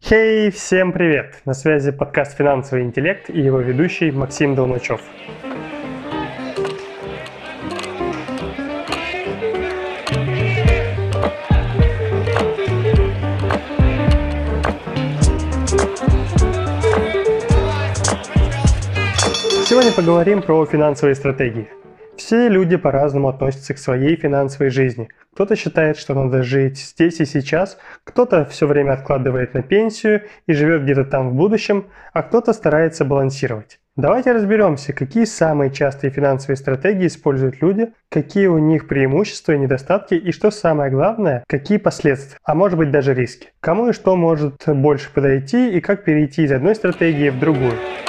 Хей, всем привет! На связи подкаст «Финансовый интеллект» и его ведущий Максим Долмачев. Сегодня поговорим про финансовые стратегии. Все люди по-разному относятся к своей финансовой жизни. Кто-то считает, что надо жить здесь и сейчас, кто-то все время откладывает на пенсию и живет где-то там в будущем, а кто-то старается балансировать. Давайте разберемся, какие самые частые финансовые стратегии используют люди, какие у них преимущества и недостатки, и что самое главное, какие последствия, а может быть даже риски. Кому и что может больше подойти и как перейти из одной стратегии в другую.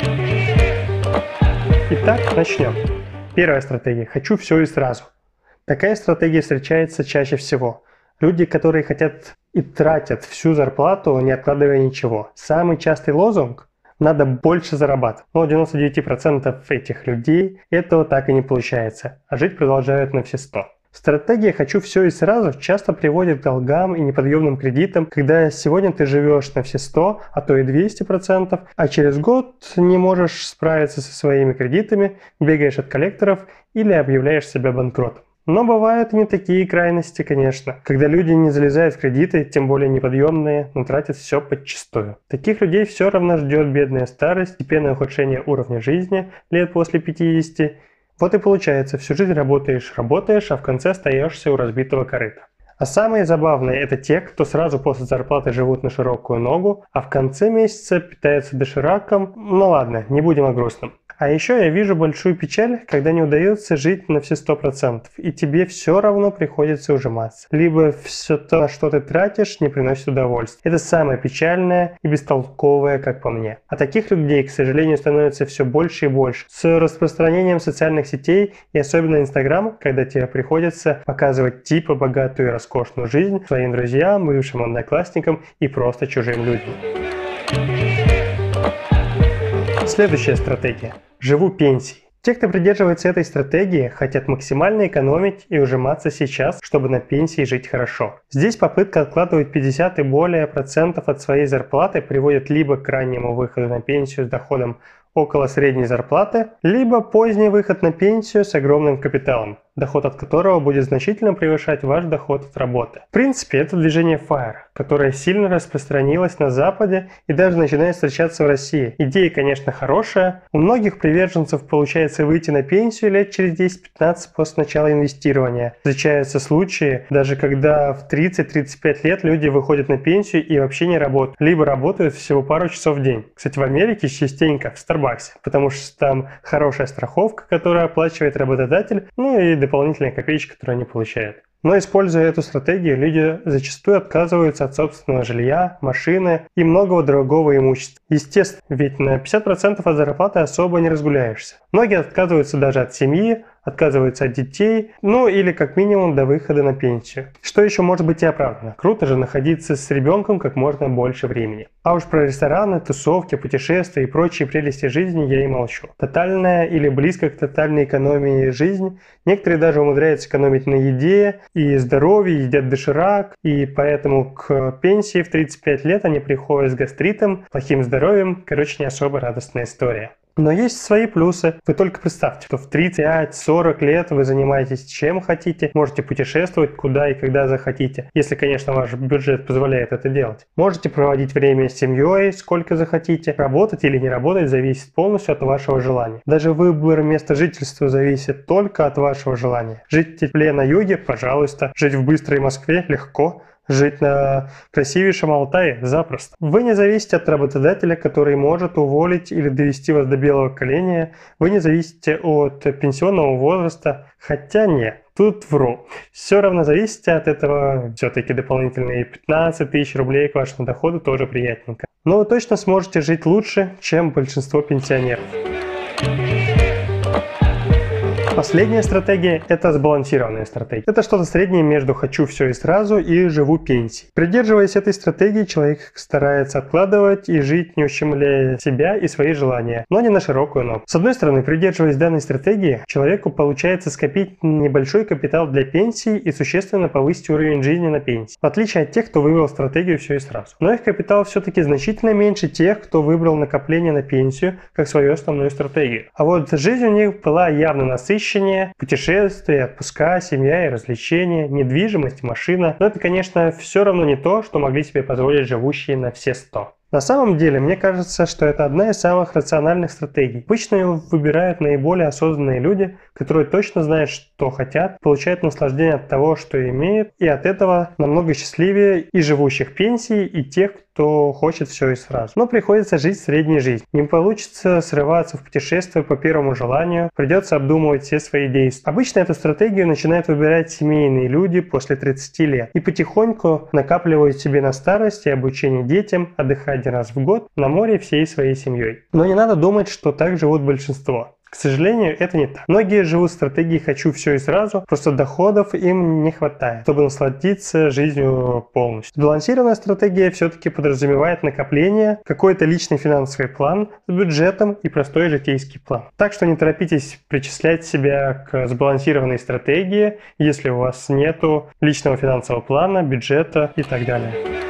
Итак, начнем. Первая стратегия. Хочу все и сразу. Такая стратегия встречается чаще всего. Люди, которые хотят и тратят всю зарплату, не откладывая ничего. Самый частый лозунг – надо больше зарабатывать. Но у 99% этих людей этого так и не получается, а жить продолжают на все 100. Стратегия «хочу все и сразу» часто приводит к долгам и неподъемным кредитам, когда сегодня ты живешь на все 100, а то и 200%, а через год не можешь справиться со своими кредитами, бегаешь от коллекторов или объявляешь себя банкротом. Но бывают и не такие крайности, конечно, когда люди не залезают в кредиты, тем более неподъемные, но тратят все подчистую. Таких людей все равно ждет бедная старость, постепенное ухудшение уровня жизни лет после 50. Вот и получается, всю жизнь работаешь, а в конце остаешься у разбитого корыта. А самые забавные – это те, кто сразу после зарплаты живут на широкую ногу, а в конце месяца питаются дошираком. Ну ладно, не будем о грустном. А еще я вижу большую печаль, когда не удается жить на все 100%, и тебе все равно приходится ужиматься. Либо все то, на что ты тратишь, не приносит удовольствия. Это самое печальное и бестолковое, как по мне. А таких людей, к сожалению, становится все больше и больше. С распространением социальных сетей и особенно Инстаграм, когда тебе приходится показывать типа богатую и роскошную жизнь своим друзьям, бывшим одноклассникам и просто чужим людям. Следующая стратегия. Живу пенсией. Те, кто придерживается этой стратегии, хотят максимально экономить и ужиматься сейчас, чтобы на пенсии жить хорошо. Здесь попытка откладывать 50 и более процентов от своей зарплаты приводит либо к раннему выходу на пенсию с доходом около средней зарплаты, либо поздний выход на пенсию с огромным капиталом, доход от которого будет значительно превышать ваш доход от работы. В принципе, это движение FIRE, которое сильно распространилось на Западе и даже начинает встречаться в России. Идея, конечно, хорошая. У многих приверженцев получается выйти на пенсию лет через 10-15 после начала инвестирования. Встречаются случаи, даже когда в 30-35 лет люди выходят на пенсию и вообще не работают, либо работают всего пару часов в день. Кстати, в Америке частенько в Starbucks, потому что там хорошая страховка, которую оплачивает работодатель, ну и дополнительная копеечка, которую они получают. Но используя эту стратегию, люди зачастую отказываются от собственного жилья, машины и многого другого имущества. Естественно, ведь на 50% от зарплаты особо не разгуляешься. Многие отказываются даже от семьи, отказываются от детей, ну или как минимум до выхода на пенсию. Что еще может быть и оправдано? Круто же находиться с ребенком как можно больше времени. А уж про рестораны, тусовки, путешествия и прочие прелести жизни я и молчу. Тотальная или близко к тотальной экономии жизнь. Некоторые даже умудряются экономить на еде и здоровье, едят доширак, и поэтому к пенсии в 35 лет они приходят с гастритом, плохим здоровьем. Короче, не особо радостная история. Но есть свои плюсы. Вы только представьте, что в 35-40 лет вы занимаетесь чем хотите, можете путешествовать куда и когда захотите, если, конечно, ваш бюджет позволяет это делать. Можете проводить время с семьей сколько захотите. Работать или не работать зависит полностью от вашего желания. Даже выбор места жительства зависит только от вашего желания. Жить в тепле на юге – пожалуйста. Жить в быстрой Москве – легко. Жить на красивейшем Алтае запросто. Вы не зависите от работодателя, который может уволить или довести вас до белого коленя. Вы не зависите от пенсионного возраста. Хотя нет, тут вру. Все равно зависите от этого. Все-таки дополнительные 15 тысяч рублей к вашему доходу тоже приятненько. Но вы точно сможете жить лучше, чем большинство пенсионеров. Последняя стратегия – это сбалансированная стратегия. Это что-то среднее между «хочу все и сразу» и «живу пенсией». Придерживаясь этой стратегии, человек старается откладывать и жить, не ущемляя себя и свои желания, но не на широкую ногу. С одной стороны, придерживаясь данной стратегии, человеку получается скопить небольшой капитал для пенсии и существенно повысить уровень жизни на пенсии, в отличие от тех, кто выбрал стратегию «все и сразу». Но их капитал все-таки значительно меньше тех, кто выбрал накопление на пенсию как свою основную стратегию. А вот жизнь у них была явно насыщенная. Путешествия, отпуска, семья и развлечения, недвижимость, машина. Но это, конечно, все равно не то, что могли себе позволить живущие на все 100. На самом деле, мне кажется, что это одна из самых рациональных стратегий. Обычно ее выбирают наиболее осознанные люди, которые точно знают, что хотят, получают наслаждение от того, что имеют, и от этого намного счастливее и живущих пенсий, и тех, кто хочет все и сразу. Но приходится жить средней жизнью. Не получится срываться в путешествие по первому желанию, придется обдумывать все свои действия. Обычно эту стратегию начинают выбирать семейные люди после 30 лет и потихоньку накапливают себе на старость и обучение детям, отдыхать один раз в год на море всей своей семьей. Но не надо думать, что так живут большинство. К сожалению, это не так. Многие живут стратегией «хочу все и сразу», просто доходов им не хватает, чтобы насладиться жизнью полностью. Сбалансированная стратегия все-таки подразумевает накопление, какой-то личный финансовый план с бюджетом и простой житейский план. Так что не торопитесь причислять себя к сбалансированной стратегии, если у вас нету личного финансового плана, бюджета и так далее.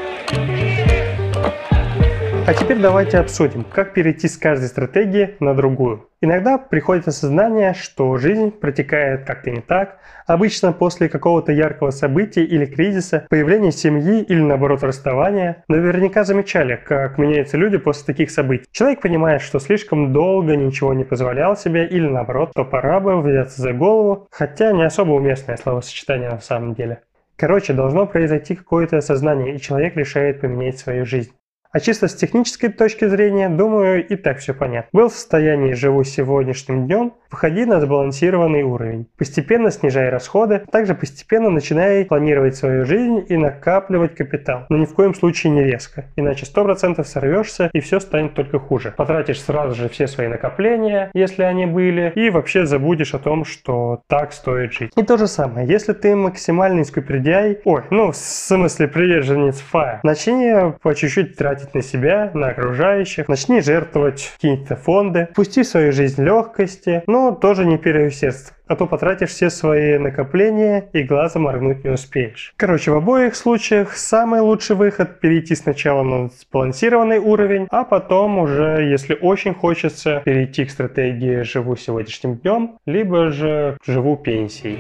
А теперь давайте обсудим, как перейти с каждой стратегии на другую. Иногда приходит осознание, что жизнь протекает как-то не так. Обычно после какого-то яркого события или кризиса, появления семьи или наоборот расставания, наверняка замечали, как меняются люди после таких событий. Человек понимает, что слишком долго ничего не позволял себе или наоборот, то пора бы взяться за голову, хотя не особо уместное словосочетание на самом деле. Короче, должно произойти какое-то осознание, и человек решает поменять свою жизнь. А чисто с технической точки зрения, думаю, и так все понятно. Был в состоянии «живу сегодняшним днем», выходи на сбалансированный уровень. Постепенно снижай расходы, а также постепенно начинай планировать свою жизнь и накапливать капитал. Но ни в коем случае не резко, иначе 100% сорвешься и все станет только хуже. Потратишь сразу же все свои накопления, если они были, и вообще забудешь о том, что так стоит жить. И то же самое, если ты максимальный скупердяй, в смысле приверженец FIRE, начни по чуть-чуть тратить на себя, на окружающих, начни жертвовать какие-то фонды, пусти в свою жизнь легкости, но тоже не переусердствуй, а то потратишь все свои накопления и глазом моргнуть не успеешь. Короче, в обоих случаях самый лучший выход – перейти сначала на сбалансированный уровень, а потом уже, если очень хочется, перейти к стратегии «живу сегодняшним днем», либо же «живу пенсией».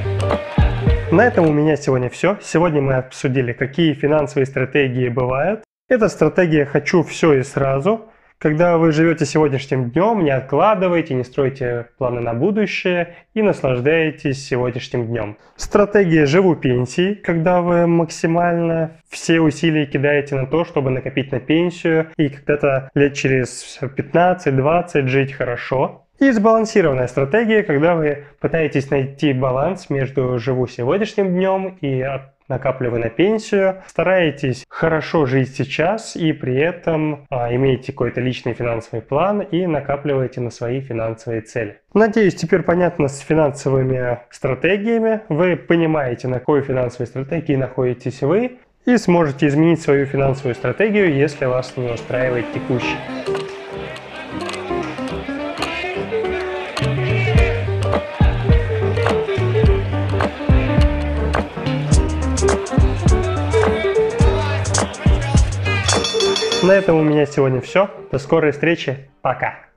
На этом у меня сегодня все. Сегодня мы обсудили, какие финансовые стратегии бывают. Это стратегия «хочу все и сразу». Когда вы живете сегодняшним днем, не откладывайте, не стройте планы на будущее и наслаждаетесь сегодняшним днем. Стратегия «живу пенсией», когда вы максимально все усилия кидаете на то, чтобы накопить на пенсию и когда-то лет через 15-20 жить хорошо. И сбалансированная стратегия, когда вы пытаетесь найти баланс между «живу сегодняшним днем» и накапливая на пенсию, стараетесь хорошо жить сейчас и при этом имеете какой-то личный финансовый план и накапливаете на свои финансовые цели. Надеюсь, теперь понятно с финансовыми стратегиями. Вы понимаете, на какой финансовой стратегии находитесь вы и сможете изменить свою финансовую стратегию, если вас не устраивает текущая. На этом у меня сегодня все. До скорой встречи. Пока.